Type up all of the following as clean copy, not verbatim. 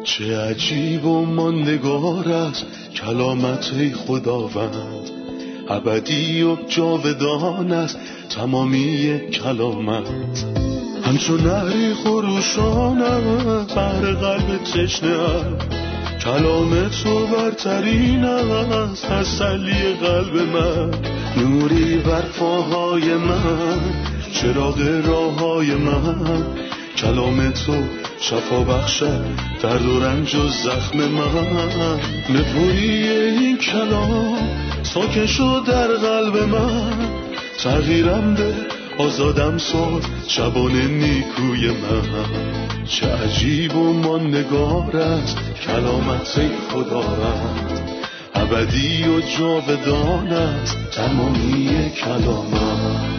چه عجیب و ماندگار است کلامت ای خداوند، ابدی و جاودان است تمامی کلامت. همچون نهری خروشانم بر قلب تشنه‌ام، کلام تو برترین است تسلی قلب من. نوری بر پاهای من، چراغ راههای من، کلام تو شفا بخشد درد و رنج و زخم من. نپویی این کلام ساکن شد در قلب من، تغییرم ده آزادم ساز شبان نیکوی من. چه عجیب و ماندگار است کلامت ای خداوند، ابدی و جاودان است تمامی کلامت.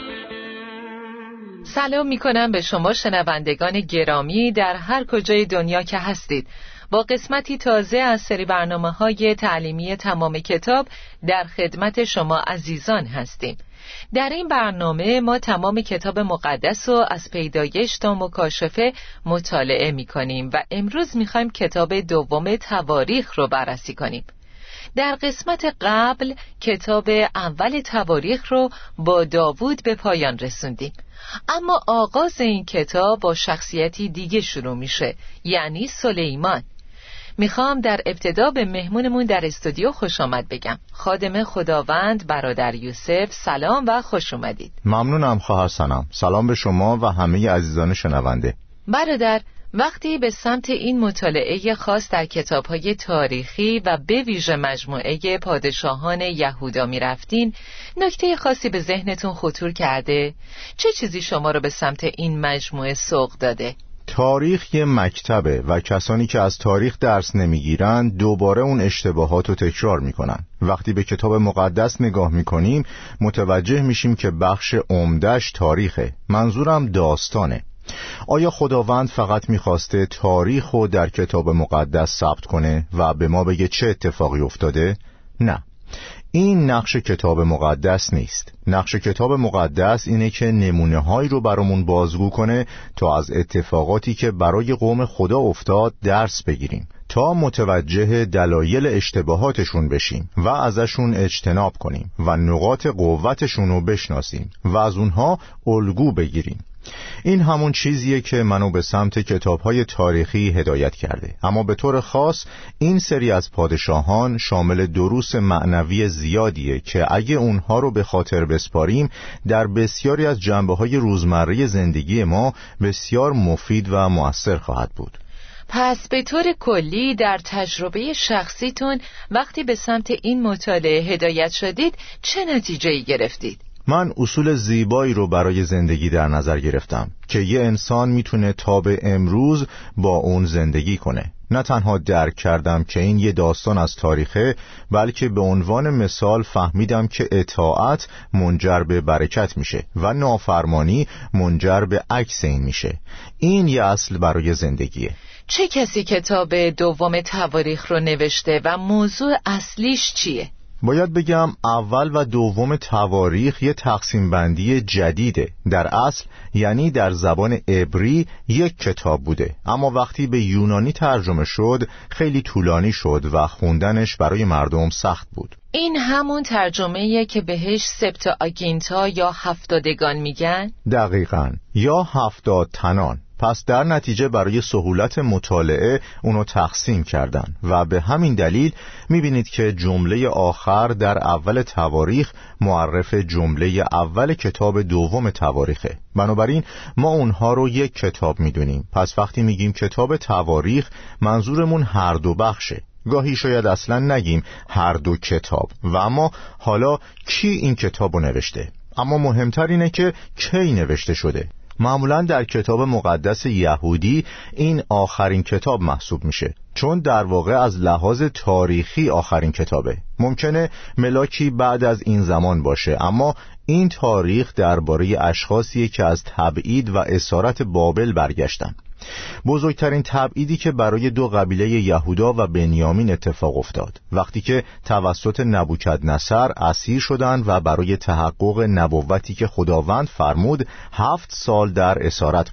سلام میکنم به شما شنوندگان گرامی در هر کجای دنیا که هستید. با قسمتی تازه از سری برنامه‌های تعلیمی تمام کتاب در خدمت شما عزیزان هستیم. در این برنامه ما تمام کتاب مقدس رو از پیدایش تا مکاشفه مطالعه میکنیم و امروز میخوایم کتاب دوم تواریخ رو بررسی کنیم. در قسمت قبل کتاب اول تواریخ رو با داوود به پایان رسوندیم، اما آغاز این کتاب با شخصیتی دیگه شروع میشه، یعنی سلیمان. میخوام در ابتدا به مهمونمون در استودیو خوش آمد بگم. خادم خداوند برادر یوسف، سلام و خوش اومدید. ممنونم خواهر سنم. سلام به شما و همه عزیزان شنونده. برادر، وقتی به سمت این مطالعه خاص در کتاب‌های تاریخی و به ویژه مجموعه پادشاهان یهودا می‌رفتین، نکته خاصی به ذهنتون خطور کرده؟ چه چیزی شما رو به سمت این مجموعه سوق داده؟ تاریخ یه مکتبه و کسانی که از تاریخ درس نمیگیرن دوباره اون اشتباهات رو تکرار میکنن. وقتی به کتاب مقدس نگاه میکنیم متوجه میشیم که بخش عمده‌اش تاریخه، منظورم داستانه. آیا خداوند فقط میخواسته تاریخ رو در کتاب مقدس ثبت کنه و به ما بگه چه اتفاقی افتاده؟ نه، این نقش کتاب مقدس نیست. نقش کتاب مقدس اینه که نمونه هایی رو برامون بازگو کنه تا از اتفاقاتی که برای قوم خدا افتاد درس بگیریم، تا متوجه دلایل اشتباهاتشون بشیم و ازشون اجتناب کنیم و نقاط قوتشون رو بشناسیم و از اونها الگو بگیریم. این همون چیزیه که منو به سمت کتاب‌های تاریخی هدایت کرده. اما به طور خاص این سری از پادشاهان شامل دروس معنوی زیادیه که اگه اونها رو به خاطر بسپاریم در بسیاری از جنبه‌های روزمره زندگی ما بسیار مفید و مؤثر خواهد بود. پس به طور کلی در تجربه شخصیتون وقتی به سمت این مطالعه هدایت شدید چه نتیجه‌ای گرفتید؟ من اصول زیبایی رو برای زندگی در نظر گرفتم که یه انسان میتونه تا به امروز با اون زندگی کنه. نه تنها درک کردم که این یه داستان از تاریخه، بلکه به عنوان مثال فهمیدم که اطاعت منجر به برکت میشه و نافرمانی منجر به عکس این میشه. این یه اصل برای زندگیه. چه کسی کتاب دوم تواریخ رو نوشته و موضوع اصلیش چیه؟ باید بگم اول و دوم تواریخ یه تقسیم بندی جدیده. در اصل یعنی در زبان عبری یک کتاب بوده، اما وقتی به یونانی ترجمه شد خیلی طولانی شد و خوندنش برای مردم سخت بود. این همون ترجمه‌ایه که بهش سبتاگینتا یا هفتادگان میگن؟ دقیقاً، یا 70 تنان. پس در نتیجه برای سهولت مطالعه اونو تقسیم کردن و به همین دلیل میبینید که جمله آخر در اول تواریخ معرف جمله اول کتاب دوم تواریخه. بنابراین ما اونها رو یک کتاب میدونیم. پس وقتی میگیم کتاب تواریخ منظورمون هر دو بخشه. گاهی شاید اصلا نگیم هر دو کتاب. و اما حالا کی این کتاب رو نوشته؟ اما مهمتر اینه که کی نوشته شده. معمولا در کتاب مقدس یهودی این آخرین کتاب محسوب میشه، چون در واقع از لحاظ تاریخی آخرین کتابه. ممکنه ملاکی بعد از این زمان باشه، اما این تاریخ درباره اشخاصیه که از تبعید و اسارت بابل برگشتن. بزرگترین تبعیدی که برای دو قبیله یهودا و بنیامین اتفاق افتاد وقتی که توسط نبوکدنصر اسیر شدند و برای تحقق نبوتی که خداوند فرمود 7 سال در اسارت بودند.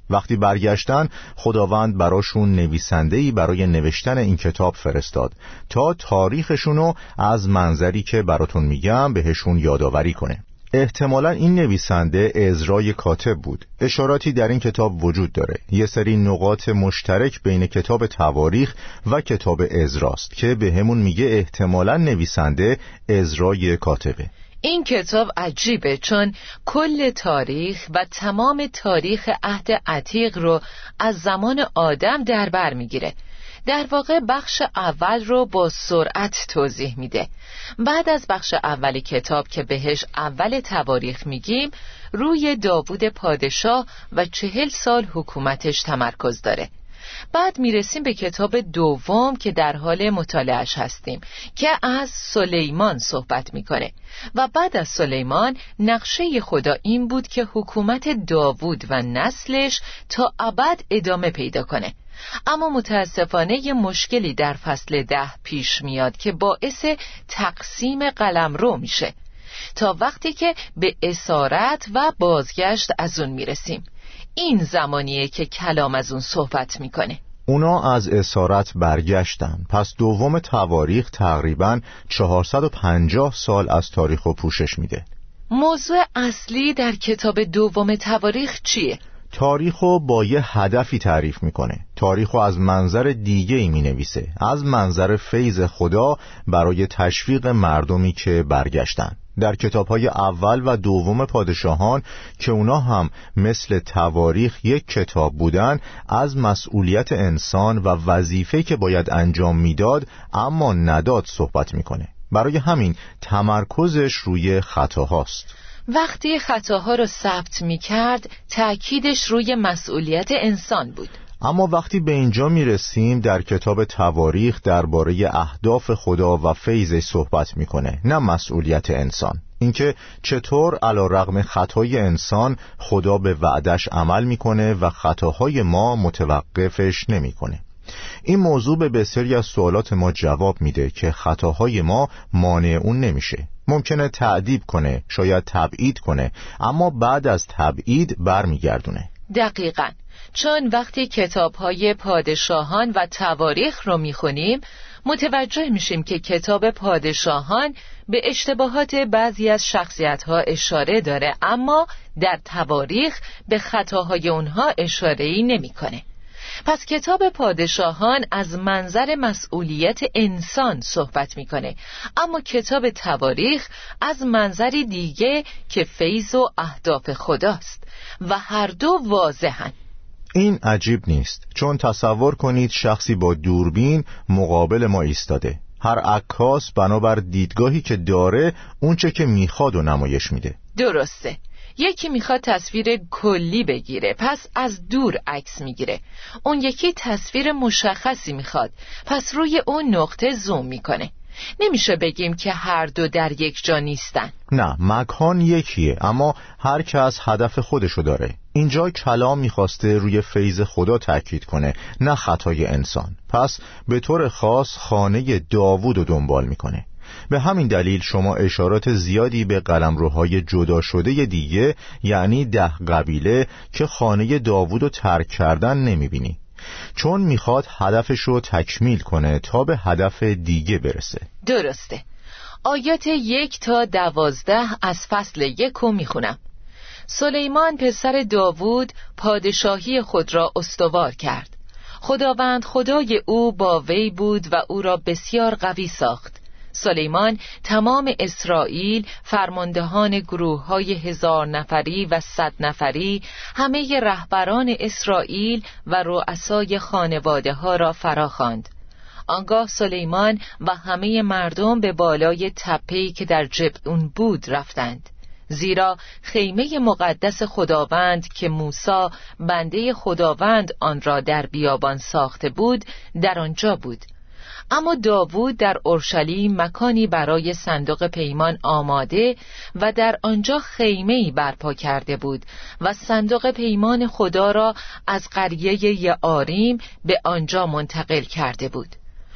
وقتی برگشتن خداوند براشون نویسنده‌ای برای نوشتن این کتاب فرستاد تا تاریخشونو از منظری که براتون میگم بهشون یادآوری کنه. احتمالا این نویسنده عزرای کاتب بود. اشاراتی در این کتاب وجود داره. یه سری نقاط مشترک بین کتاب تواریخ و کتاب عزراست که به همون میگه احتمالا نویسنده عزرای کاتبه. این کتاب عجیبه چون کل تاریخ و تمام تاریخ عهد عتیق رو از زمان آدم در بر میگیره. در واقع بخش اول رو با سرعت توضیح میده. بعد از بخش اول کتاب که بهش اول تواریخ میگیم، روی داوود پادشاه و 40 سال حکومتش تمرکز داره. بعد میرسیم به کتاب دوم که در حال مطالعهش هستیم که از سلیمان صحبت میکنه و بعد از سلیمان نقشه خدا این بود که حکومت داوود و نسلش تا ابد ادامه پیدا کنه. اما متاسفانه یه مشکلی در فصل 10 پیش میاد که باعث تقسیم قلمرو میشه تا وقتی که به اسارت و بازگشت از اون میرسیم. این زمانیه که کلام از اون صحبت میکنه. اونا از اسارت برگشتن، پس دوم تواریخ تقریباً 450 سال از تاریخ رو پوشش میده. موضوع اصلی در کتاب دوم تواریخ چیه؟ تاریخو با یه هدفی تعریف میکنه. تاریخو از منظر دیگه ای مینویسه، از منظر فیض خدا برای تشویق مردمی که برگشتن. در کتاب‌های اول و دوم پادشاهان که اونا هم مثل تواریخ یک کتاب بودن، از مسئولیت انسان و وظیفه‌ای که باید انجام میداد اما نداد صحبت میکنه. برای همین تمرکزش روی خطاهاست. وقتی خطاها رو ثبت می‌کرد، تأکیدش روی مسئولیت انسان بود. اما وقتی به اینجا میرسیم در کتاب تواریخ درباره اهداف خدا و فیضش صحبت میکنه، نه مسئولیت انسان. اینکه چطور علیرغم خطای انسان خدا به وعدش عمل میکنه و خطاهای ما متوقفش نمیکنه. این موضوع به بسیاری از سوالات ما جواب میده که خطاهای ما مانع اون نمیشه. ممکنه تعذیب کنه، شاید تبعید کنه، اما بعد از تبعید برمیگردونه. دقیقاً، چون وقتی کتاب‌های پادشاهان و تواریخ رو می‌خونیم متوجه میشیم که کتاب پادشاهان به اشتباهات بعضی از شخصیت‌ها اشاره داره، اما در تواریخ به خطاهای اونها اشاره‌ای نمی‌کنه. پس کتاب پادشاهان از منظر مسئولیت انسان صحبت میکنه، اما کتاب تواریخ از منظری دیگه که فیض و اهداف خداست و هر دو واضحن. این عجیب نیست، چون تصور کنید شخصی با دوربین مقابل ما ایستاده. هر عکاس بنابر دیدگاهی که داره اونچه که میخواد و نمایش میده. درسته، یکی میخواد تصویر کلی بگیره پس از دور عکس میگیره، اون یکی تصویر مشخصی میخواد پس روی اون نقطه زوم میکنه. نمیشه بگیم که هر دو در یک جا نیستن. نه، مکان یکیه اما هر کس هدف خودشو داره. اینجا کلام میخواسته روی فیض خدا تاکید کنه، نه خطای انسان. پس به طور خاص خانه داوود رو دنبال میکنه. به همین دلیل شما اشارات زیادی به قلمروهای جدا شده دیگه، یعنی 10 قبیله که خانه داوود رو ترک کردن نمیبینی، چون میخواد هدفش رو تکمیل کنه تا به هدف دیگه برسه. درسته. آیات 1 تا 12 از فصل 1 رو میخونم. سلیمان پسر داوود پادشاهی خود را استوار کرد. خداوند خدای او با وی بود و او را بسیار قوی ساخت. سلیمان تمام اسرائیل، فرماندهان گروه‌های 1000 نفری و 100 نفری، همه رهبران اسرائیل و رؤسای خانواده‌ها را فراخواند. آنگاه سلیمان و همه مردم به بالای تپه‌ای که در جبعون بود رفتند، زیرا خیمه مقدس خداوند که موسی بنده خداوند آن را در بیابان ساخته بود در آنجا بود. اما داوود در اورشلیم مکانی برای صندوق پیمان آماده و در آنجا خیمه‌ای برپا کرده بود و صندوق پیمان خدا را از قریه یعاریم به آنجا منتقل کرده بود.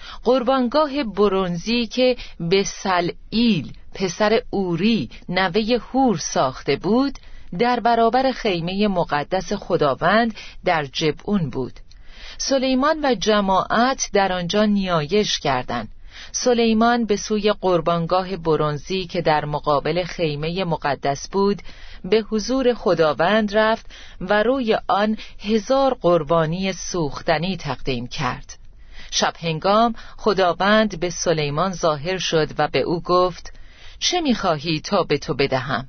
قربانگاه برنزی که به سلعیل پسر اوری نوه هور ساخته بود در برابر خیمه مقدس خداوند در جبعون بود. سلیمان و جماعت در آنجا نیایش کردند. سلیمان به سوی قربانگاه برنزی که در مقابل خیمه مقدس بود به حضور خداوند رفت و روی آن 1000 قربانی سوختنی تقدیم کرد. شب هنگام خداوند به سلیمان ظاهر شد و به او گفت: چه می‌خواهی تا به تو بدهم؟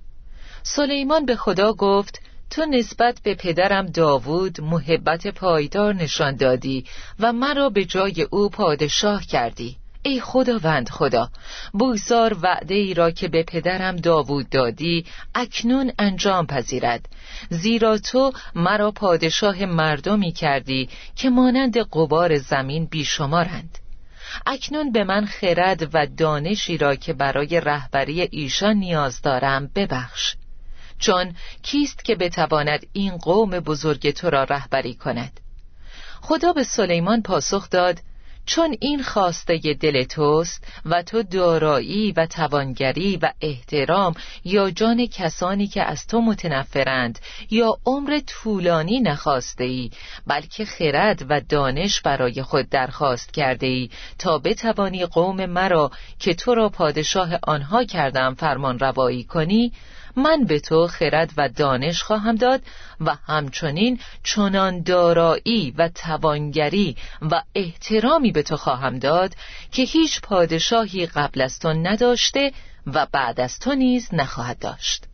سلیمان به خدا گفت: تو نسبت به پدرم داوود محبت پایدار نشان دادی و مرا به جای او پادشاه کردی. ای خداوند خدا، بگذار وعده ای را که به پدرم داوود دادی اکنون انجام پذیرد، زیرا تو مرا پادشاه مردمی کردی که مانند غبار زمین بیشمارند. اکنون به من خرد و دانشی را که برای رهبری ایشان نیاز دارم ببخش، چون کیست که بتواند این قوم بزرگ تو را رهبری کند؟ خدا به سلیمان پاسخ داد: چون این خواسته دل توست و تو دارایی و توانگری و احترام یا جان کسانی که از تو متنفرند یا عمر طولانی نخواسته ای، بلکه خرد و دانش برای خود درخواست کرده ای تا بتوانی قوم مرا که تو را پادشاه آنها کردم فرمان روایی کنی، من به تو خرد و دانش خواهم داد و همچنین چنان دارایی و توانگری و احترامی به تو خواهم داد که هیچ پادشاهی قبل از تو نداشته و بعد از تو نیز نخواهد داشت.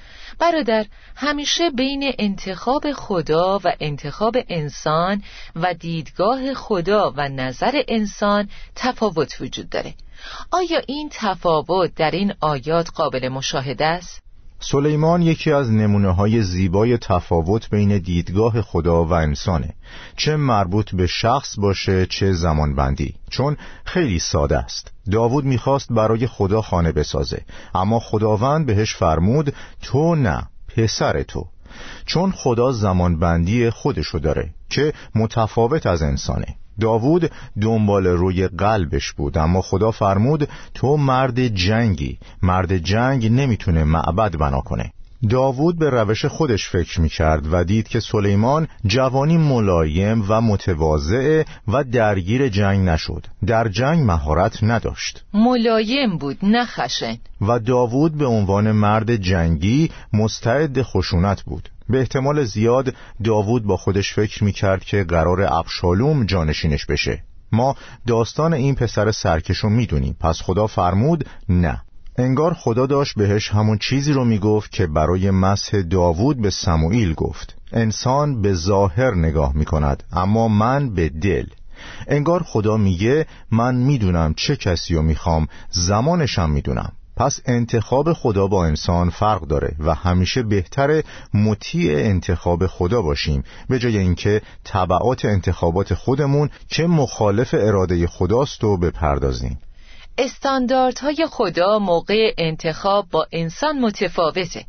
برادر، همیشه بین انتخاب خدا و انتخاب انسان و دیدگاه خدا و نظر انسان تفاوت وجود داره. آیا این تفاوت در این آیات قابل مشاهده است؟ سلیمان یکی از نمونه‌های زیبای تفاوت بین دیدگاه خدا و انسانه، چه مربوط به شخص باشه چه زمانبندی، چون خیلی ساده است. داوود میخواست برای خدا خانه بسازه، اما خداوند بهش فرمود تو نه، پسر تو، چون خدا زمانبندی خودشو داره که متفاوت از انسانه. داوود دنبال روی قلبش بود، اما خدا فرمود تو مرد جنگی، مرد جنگ نمیتونه معبد بنا کنه. داوود به روش خودش فکر میکرد و دید که سلیمان جوانی ملایم و متواضع و درگیر جنگ نشد، در جنگ مهارت نداشت، ملایم بود نه خشن. و داوود به عنوان مرد جنگی مستعد خشونت بود. به احتمال زیاد داوود با خودش فکر میکرد که قرار ابشالوم جانشینش بشه. ما داستان این پسر سرکشو میدونیم، پس خدا فرمود نه. انگار خدا داشت بهش همون چیزی رو میگفت که برای مسح داوود به سموئیل گفت: انسان به ظاهر نگاه میکند اما من به دل. انگار خدا میگه من میدونم چه کسی رو میخوام، زمانشم میدونم. پس انتخاب خدا با انسان فرق داره و همیشه بهتره مطیع انتخاب خدا باشیم به جای اینکه تبعات انتخابات خودمون که مخالف اراده خداست رو بپردازیم. استانداردهای خدا موقع انتخاب با انسان متفاوته.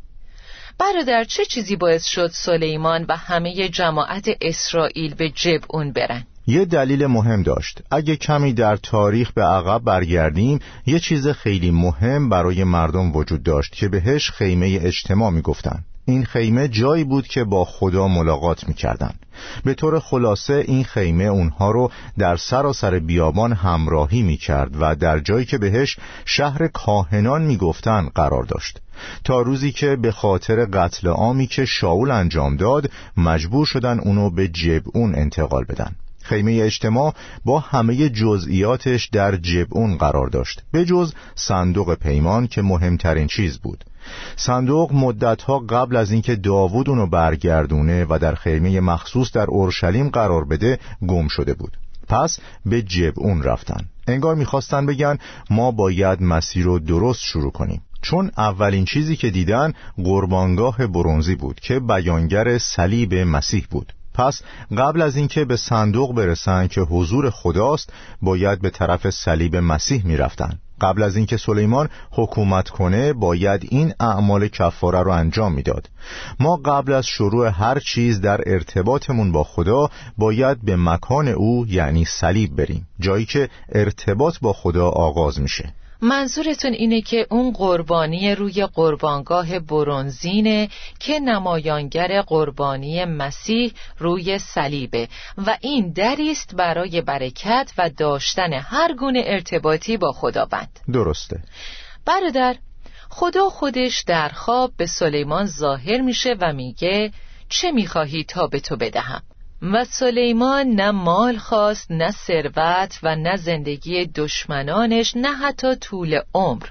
برادر، چه چیزی باعث شد سلیمان و همه جماعت اسرائیل به جبعون برن؟ یه دلیل مهم داشت. اگه کمی در تاریخ به عقب برگردیم، یه چیز خیلی مهم برای مردم وجود داشت که بهش خیمه اجتماع میگفتن. این خیمه جایی بود که با خدا ملاقات میکردن. به طور خلاصه این خیمه اونها رو در سراسر بیابان همراهی میکرد و در جایی که بهش شهر کاهنان میگفتن قرار داشت، تا روزی که به خاطر قتل عامی که شاول انجام داد مجبور شدن اونو به جبعون انتقال بدن. خیمه اجتماع با همه جزئیاتش در جبعون قرار داشت، به جز صندوق پیمان که مهمترین چیز بود. صندوق مدتها قبل از اینکه داوود اونو برگردونه و در خیمه مخصوص در اورشلیم قرار بده گم شده بود. پس به جبعون رفتن. انگار میخواستن بگن ما باید مسیر رو درست شروع کنیم، چون اولین چیزی که دیدن قربانگاه برنزی بود که بیانگر صلیب مسیح بود. پس قبل از اینکه به صندوق برسن که حضور خداست، باید به طرف صلیب مسیح میرفتن. قبل از اینکه سلیمان حکومت کنه باید این اعمال کفاره رو انجام میداد. ما قبل از شروع هر چیز در ارتباطمون با خدا باید به مکان او یعنی صلیب بریم، جایی که ارتباط با خدا آغاز میشه. منظورتون اینه که اون قربانی روی قربانگاه برنزینه که نمایانگر قربانی مسیح روی صلیبه و این دریست برای برکت و داشتن هر گونه ارتباطی با خداوند. درسته. برادر، خدا خودش در خواب به سلیمان ظاهر میشه و میگه چه میخواهی تا به تو بدهم؟ و سلیمان نه مال خواست، نه ثروت و نه زندگی دشمنانش، نه حتی طول عمر،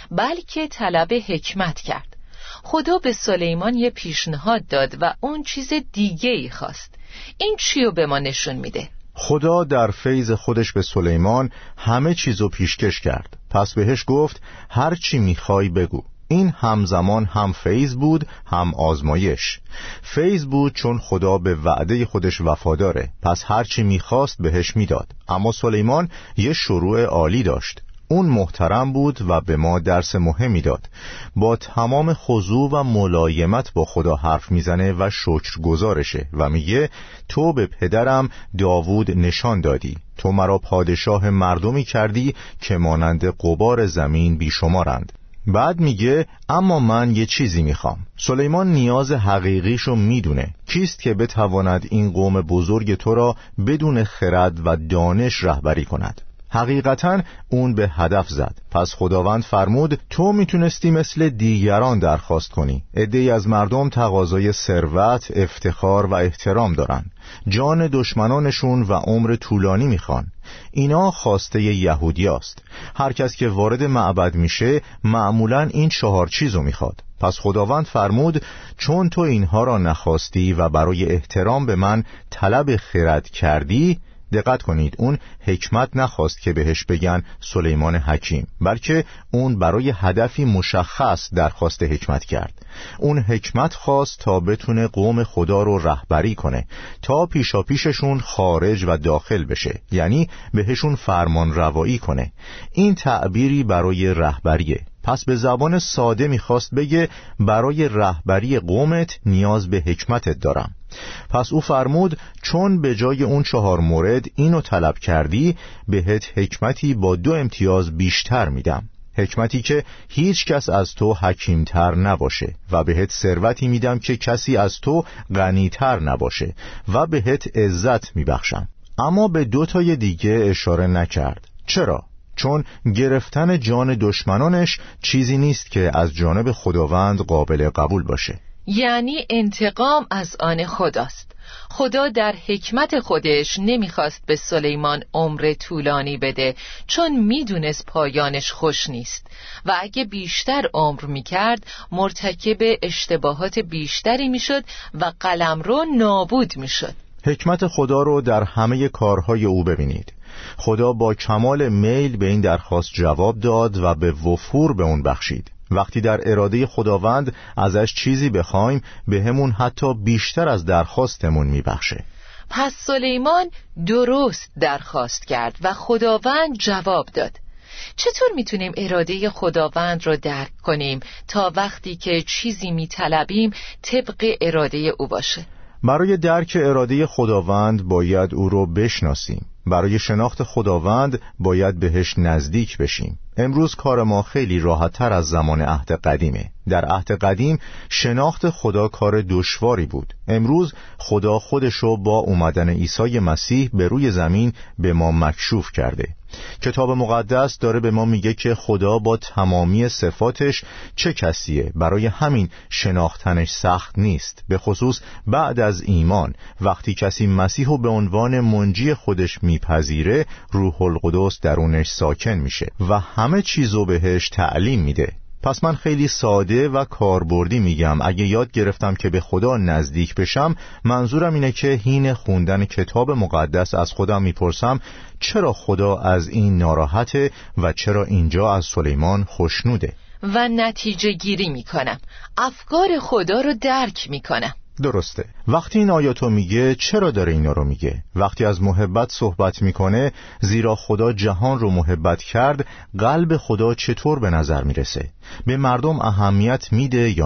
بلکه طلب حکمت کرد. خدا به سلیمان یه پیشنهاد داد و اون چیز دیگه ای خواست. این چیو به ما نشون میده؟ خدا در فیض خودش به سلیمان همه چیزو پیشکش کرد. پس بهش گفت هر چی میخوای بگو. این همزمان هم فیض بود هم آزمایش. فیض بود چون خدا به وعده خودش وفاداره، پس هر چی میخواست بهش میداد. اما سلیمان یه شروع عالی داشت. اون محترم بود و به ما درس مهمی داد. با تمام خضوع و ملایمت با خدا حرف میزنه و شکرگزارشه و میگه تو به پدرم داوود نشان دادی، تو مرا پادشاه مردمی کردی که مانند غبار زمین بیشمارند. بعد میگه اما من یه چیزی میخوام. سلیمان نیاز حقیقیشو میدونه. کیست که بتواند این قوم بزرگ تو را بدون خرد و دانش رهبری کند؟ حقیقتا اون به هدف زد. پس خداوند فرمود تو میتونستی مثل دیگران درخواست کنی. عده‌ای از مردم تقاضای ثروت، افتخار و احترام دارن، جان دشمنانشون و عمر طولانی میخوان. اینا خواسته یهودیاست. هر کس که وارد معبد میشه معمولا این 4 چیزو میخواد. پس خداوند فرمود چون تو اینها را نخواستی و برای احترام به من طلب خرد کردی. دقت کنید، اون حکمت نخواست که بهش بگن سلیمان حکیم، بلکه اون برای هدفی مشخص درخواست حکمت کرد. اون حکمت خواست تا بتونه قوم خدا رو رهبری کنه، تا پیشاپیششون خارج و داخل بشه، یعنی بهشون فرمان روایی کنه. این تعبیری برای رهبریه. پس به زبان ساده میخواست بگه برای رهبری قومت نیاز به حکمتت دارم. پس او فرمود چون به جای اون 4 مورد اینو طلب کردی، بهت حکمتی با 2 امتیاز بیشتر میدم. حکمتی که هیچ کس از تو حکیمتر نباشه و بهت ثروتی میدم که کسی از تو غنیتر نباشه و بهت عزت میبخشم. اما به 2 تای دیگه اشاره نکرد. چرا؟ چون گرفتن جان دشمنانش چیزی نیست که از جانب خداوند قابل قبول باشه. یعنی انتقام از آن خداست. خدا در حکمت خودش نمیخواست به سلیمان عمر طولانی بده، چون میدونست پایانش خوش نیست و اگه بیشتر عمر میکرد مرتکب اشتباهات بیشتری میشد و قلمرو نابود میشد. حکمت خدا رو در همه کارهای او ببینید. خدا با کمال میل به این درخواست جواب داد و به وفور به اون بخشید. وقتی در اراده خداوند ازش چیزی بخوایم، به همون حتی بیشتر از درخواستمون میبخشه. پس سلیمان درست درخواست کرد و خداوند جواب داد. چطور میتونیم اراده خداوند رو درک کنیم تا وقتی که چیزی میطلبیم طبق اراده او باشه؟ برای درک اراده خداوند باید او رو بشناسیم. برای شناخت خداوند باید بهش نزدیک بشیم. امروز کار ما خیلی راحت‌تر از زمان عهد قدیمه. در عهد قدیم شناخت خدا کار دشواری بود. امروز خدا خودشو با اومدن عیسی مسیح به روی زمین به ما مکشوف کرده. کتاب مقدس داره به ما میگه که خدا با تمامی صفاتش چه کسیه، برای همین شناختنش سخت نیست، به خصوص بعد از ایمان. وقتی کسی مسیحو به عنوان منجی خودش میپذیره، روح القدس درونش ساکن میشه و همه چیزو بهش تعلیم میده. پس من خیلی ساده و کاربردی میگم اگه یاد گرفتم که به خدا نزدیک بشم، منظورم اینه که حین خوندن کتاب مقدس از خدا میپرسم چرا خدا از این ناراحته و چرا اینجا از سلیمان خوشنوده، و نتیجه گیری میکنم، افکار خدا رو درک میکنم. درسته. وقتی این آیاتو میگه چرا داره اینا رو میگه؟ وقتی از محبت صحبت میکنه، زیرا خدا جهان رو محبت کرد، قلب خدا چطور به نظر میرسه؟ به مردم اهمیت میده یا نه؟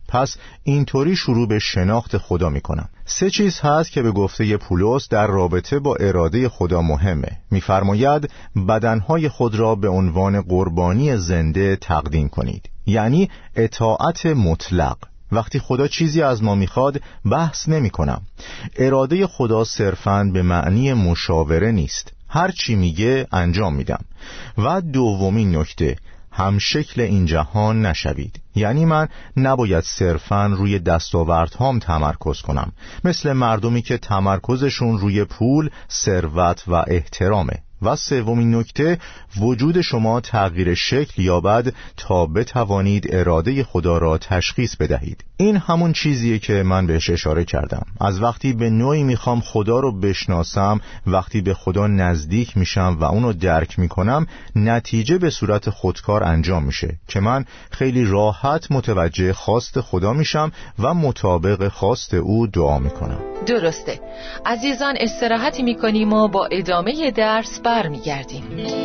پس اینطوری شروع به شناخت خدا میکنم. 3 چیز هست که به گفته پولس در رابطه با اراده خدا مهمه. میفرماید بدنهای خود را به عنوان قربانی زنده تقدیم کنید، یعنی اطاعت مطلق. وقتی خدا چیزی از ما میخواد بحث نمی کنم. اراده خدا صرفاً به معنی مشاوره نیست. هر چی میگه انجام میدم. و دومین نکته، هم شکل این جهان نشوید. یعنی من نباید صرفاً روی دستاوردهام تمرکز کنم، مثل مردمی که تمرکزشون روی پول، ثروت و احترامه. و سومین نکته، وجود شما تغییر شکل یابد تا بتوانید اراده خدا را تشخیص بدهید. این همون چیزیه که من بهش اشاره کردم. از وقتی به نوعی میخوام خدا رو بشناسم، وقتی به خدا نزدیک میشم و اونو درک میکنم، نتیجه به صورت خودکار انجام میشه که من خیلی راحت متوجه خواست خدا میشم و مطابق خواست او دعا میکنم. درسته. عزیزان، استراحتی میکنیم و با ادامه درس برمیگردیم.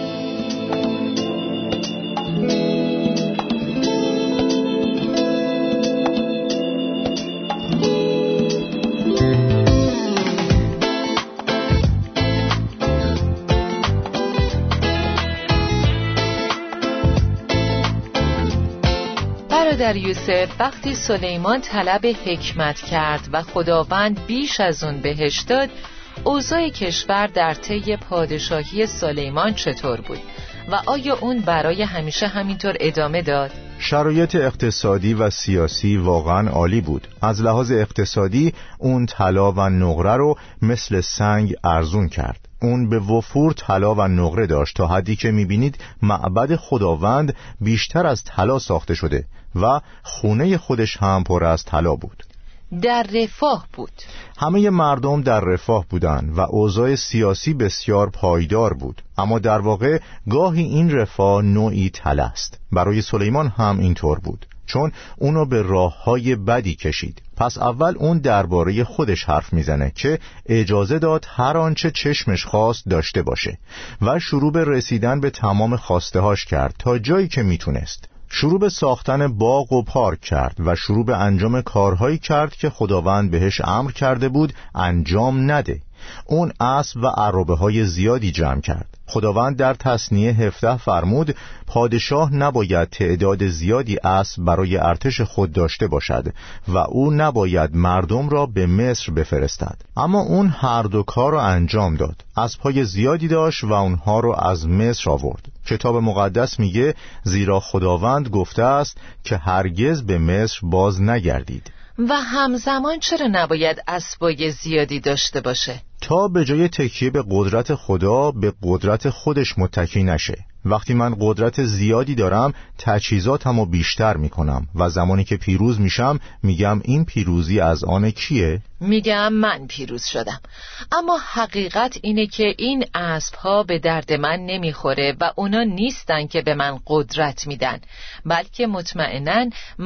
برادر یوسف، وقتی سلیمان طلب حکمت کرد و خداوند بیش از اون بهش داد، اوضاع کشور در طی پادشاهی سلیمان چطور بود و آیا اون برای همیشه همینطور ادامه داد؟ شرایط اقتصادی و سیاسی واقعا عالی بود. از لحاظ اقتصادی اون طلا و نقره رو مثل سنگ ارزون کرد. اون به وفور طلا و نقره داشت تا حدی که میبینید معبد خداوند بیشتر از طلا ساخته شده و خونه خودش هم پر از طلا بود. در رفاه بود. همه مردم در رفاه بودند و اوضاع سیاسی بسیار پایدار بود. اما در واقع گاهی این رفاه نوعی طلا است. برای سلیمان هم اینطور بود، چون اونو به راههای بدی کشید. پس اول اون درباره خودش حرف میزنه که اجازه داد هر آنچه چشمش خواست داشته باشه و شروع به رسیدن به تمام خواستهاش کرد تا جایی که میتونست. شروع به ساختن باغ و پارک کرد و شروع به انجام کارهایی کرد که خداوند بهش امر کرده بود انجام نده. اون اسب و عرابه های زیادی جمع کرد. خداوند در تثنیه 17 فرمود پادشاه نباید تعداد زیادی اسب برای ارتش خود داشته باشد و او نباید مردم را به مصر بفرستد. اما اون هر دو کار را انجام داد. اسب‌های زیادی داشت و اونها را از مصر آورد. کتاب مقدس میگه زیرا خداوند گفته است که هرگز به مصر باز نگردید. و همزمان چرا نباید اسبای زیادی داشته باشه؟ تا به جای تکیه به قدرت خدا به قدرت خودش متکی نشه. وقتی من قدرت زیادی دارم تجهیزاتمو بیشتر میکنم و زمانی که پیروز میشم میگم این پیروزی از آن کیه؟ میگم من پیروز شدم. اما حقیقت اینه که این اسب‌ها به درد من نمیخوره و اونا نیستن که به من قدرت میدن، بلکه مطمئناً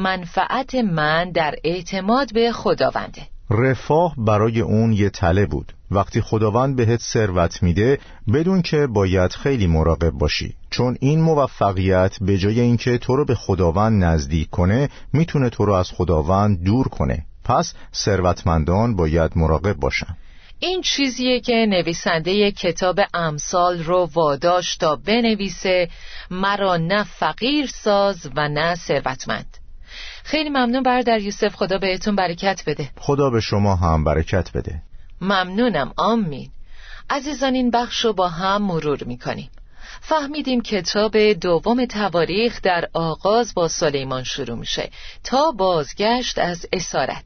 منفعت من در اعتماد به خداونده. رفاه برای اون یه تله بود. وقتی خداوند بهت ثروت میده بدون که باید خیلی مراقب باشی، چون این موفقیت به جای اینکه تو رو به خداوند نزدیک کنه میتونه تو رو از خداوند دور کنه. پس ثروتمندان باید مراقب باشن. این چیزیه که نویسنده کتاب امثال رو واداشت تا بنویسه مرا نه فقیر ساز و نه ثروتمند. خیلی ممنون برادر یوسف، خدا بهتون برکت بده. خدا به شما هم برکت بده. ممنونم، آمین. عزیزان، این بخش رو با هم مرور میکنیم. فهمیدیم کتاب دوم تواریخ در آغاز با سلیمان شروع میشه تا بازگشت از اسارت.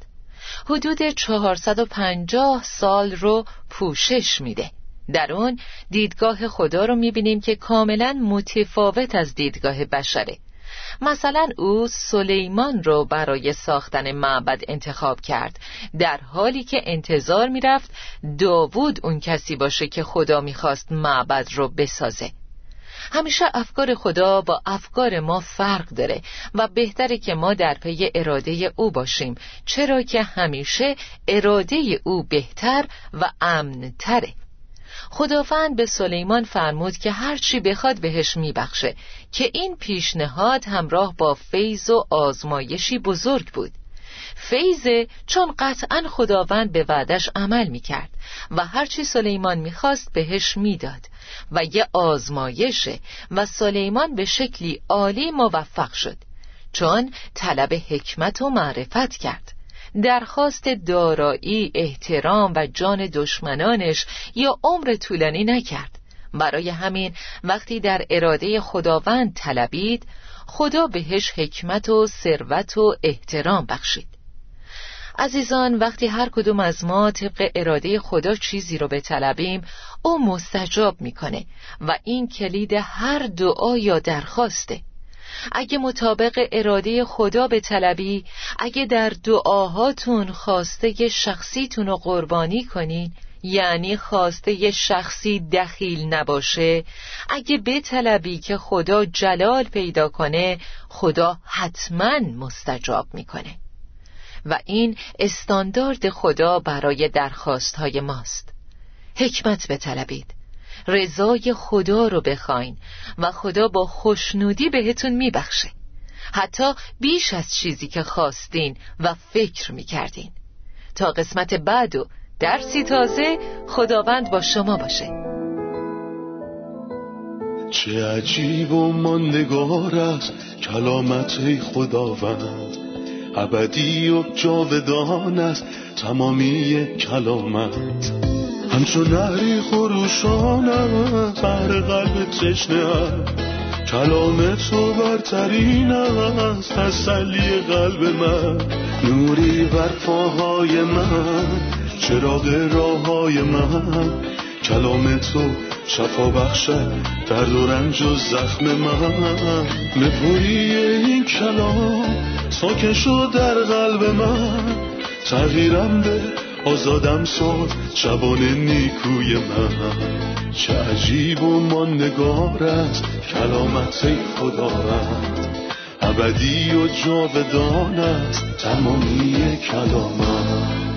حدود 450 سال رو پوشش میده. در اون دیدگاه خدا رو میبینیم که کاملا متفاوت از دیدگاه بشره. مثلا او سلیمان رو برای ساختن معبد انتخاب کرد، در حالی که انتظار میرفت داوود اون کسی باشه که خدا میخواست معبد رو بسازه. همیشه افکار خدا با افکار ما فرق داره و بهتره که ما در پی اراده او باشیم، چرا که همیشه اراده او بهتر و امن‌تره. خداوند به سلیمان فرمود که هر چی بخواد بهش میبخشه، که این پیشنهاد همراه با فیض و آزمایشی بزرگ بود. فیضه چون قطعاً خداوند به وعدش عمل میکرد و هرچی سلیمان میخواست بهش میداد و یه آزمایشه و سلیمان به شکلی عالی موفق شد، چون طلب حکمت و معرفت کرد. درخواست دارایی، احترام و جان دشمنانش یا عمر طولانی نکرد. برای همین وقتی در اراده خداوند طلبید، خدا بهش حکمت و ثروت و احترام بخشید. عزیزان، وقتی هر کدوم از ما طبق اراده خدا چیزی رو بطلبیم، او مستجاب میکنه و این کلید هر دعا یا درخواسته. اگه مطابق اراده خدا بطلبی، اگه در دعاهاتون خواسته شخصیتون رو قربانی کنین، یعنی خواسته شخصی دخیل نباشه، اگه بطلبی که خدا جلال پیدا کنه، خدا حتما مستجاب میکنه. و این استاندارد خدا برای درخواستهای ماست. حکمت بطلبید، رضای خدا رو بخواین و خدا با خوشنودی بهتون میبخشه، حتی بیش از چیزی که خواستین و فکر میکردین. تا قسمت بعد و درسی تازه، خداوند با شما باشه. چه عجیب و ماندگار است کلامت خداوند، ابدی و جاودان است تمامی کلامت. همچون نهری خروشان است بر قلب تشنه است، کلام تو برترین است تسلی قلب من. نوری بر پاهای من، چراغ راههای من، کلام تو شفا بخشد درد و رنج و زخم من. نپویی این کلام ساکن شد در قلب من، تغییرم به آزادم ساز شبان نیکوی من. چه عجیب و ماندگار است کلامت خداوند، ابدی و جاودان است تمامی کلامت.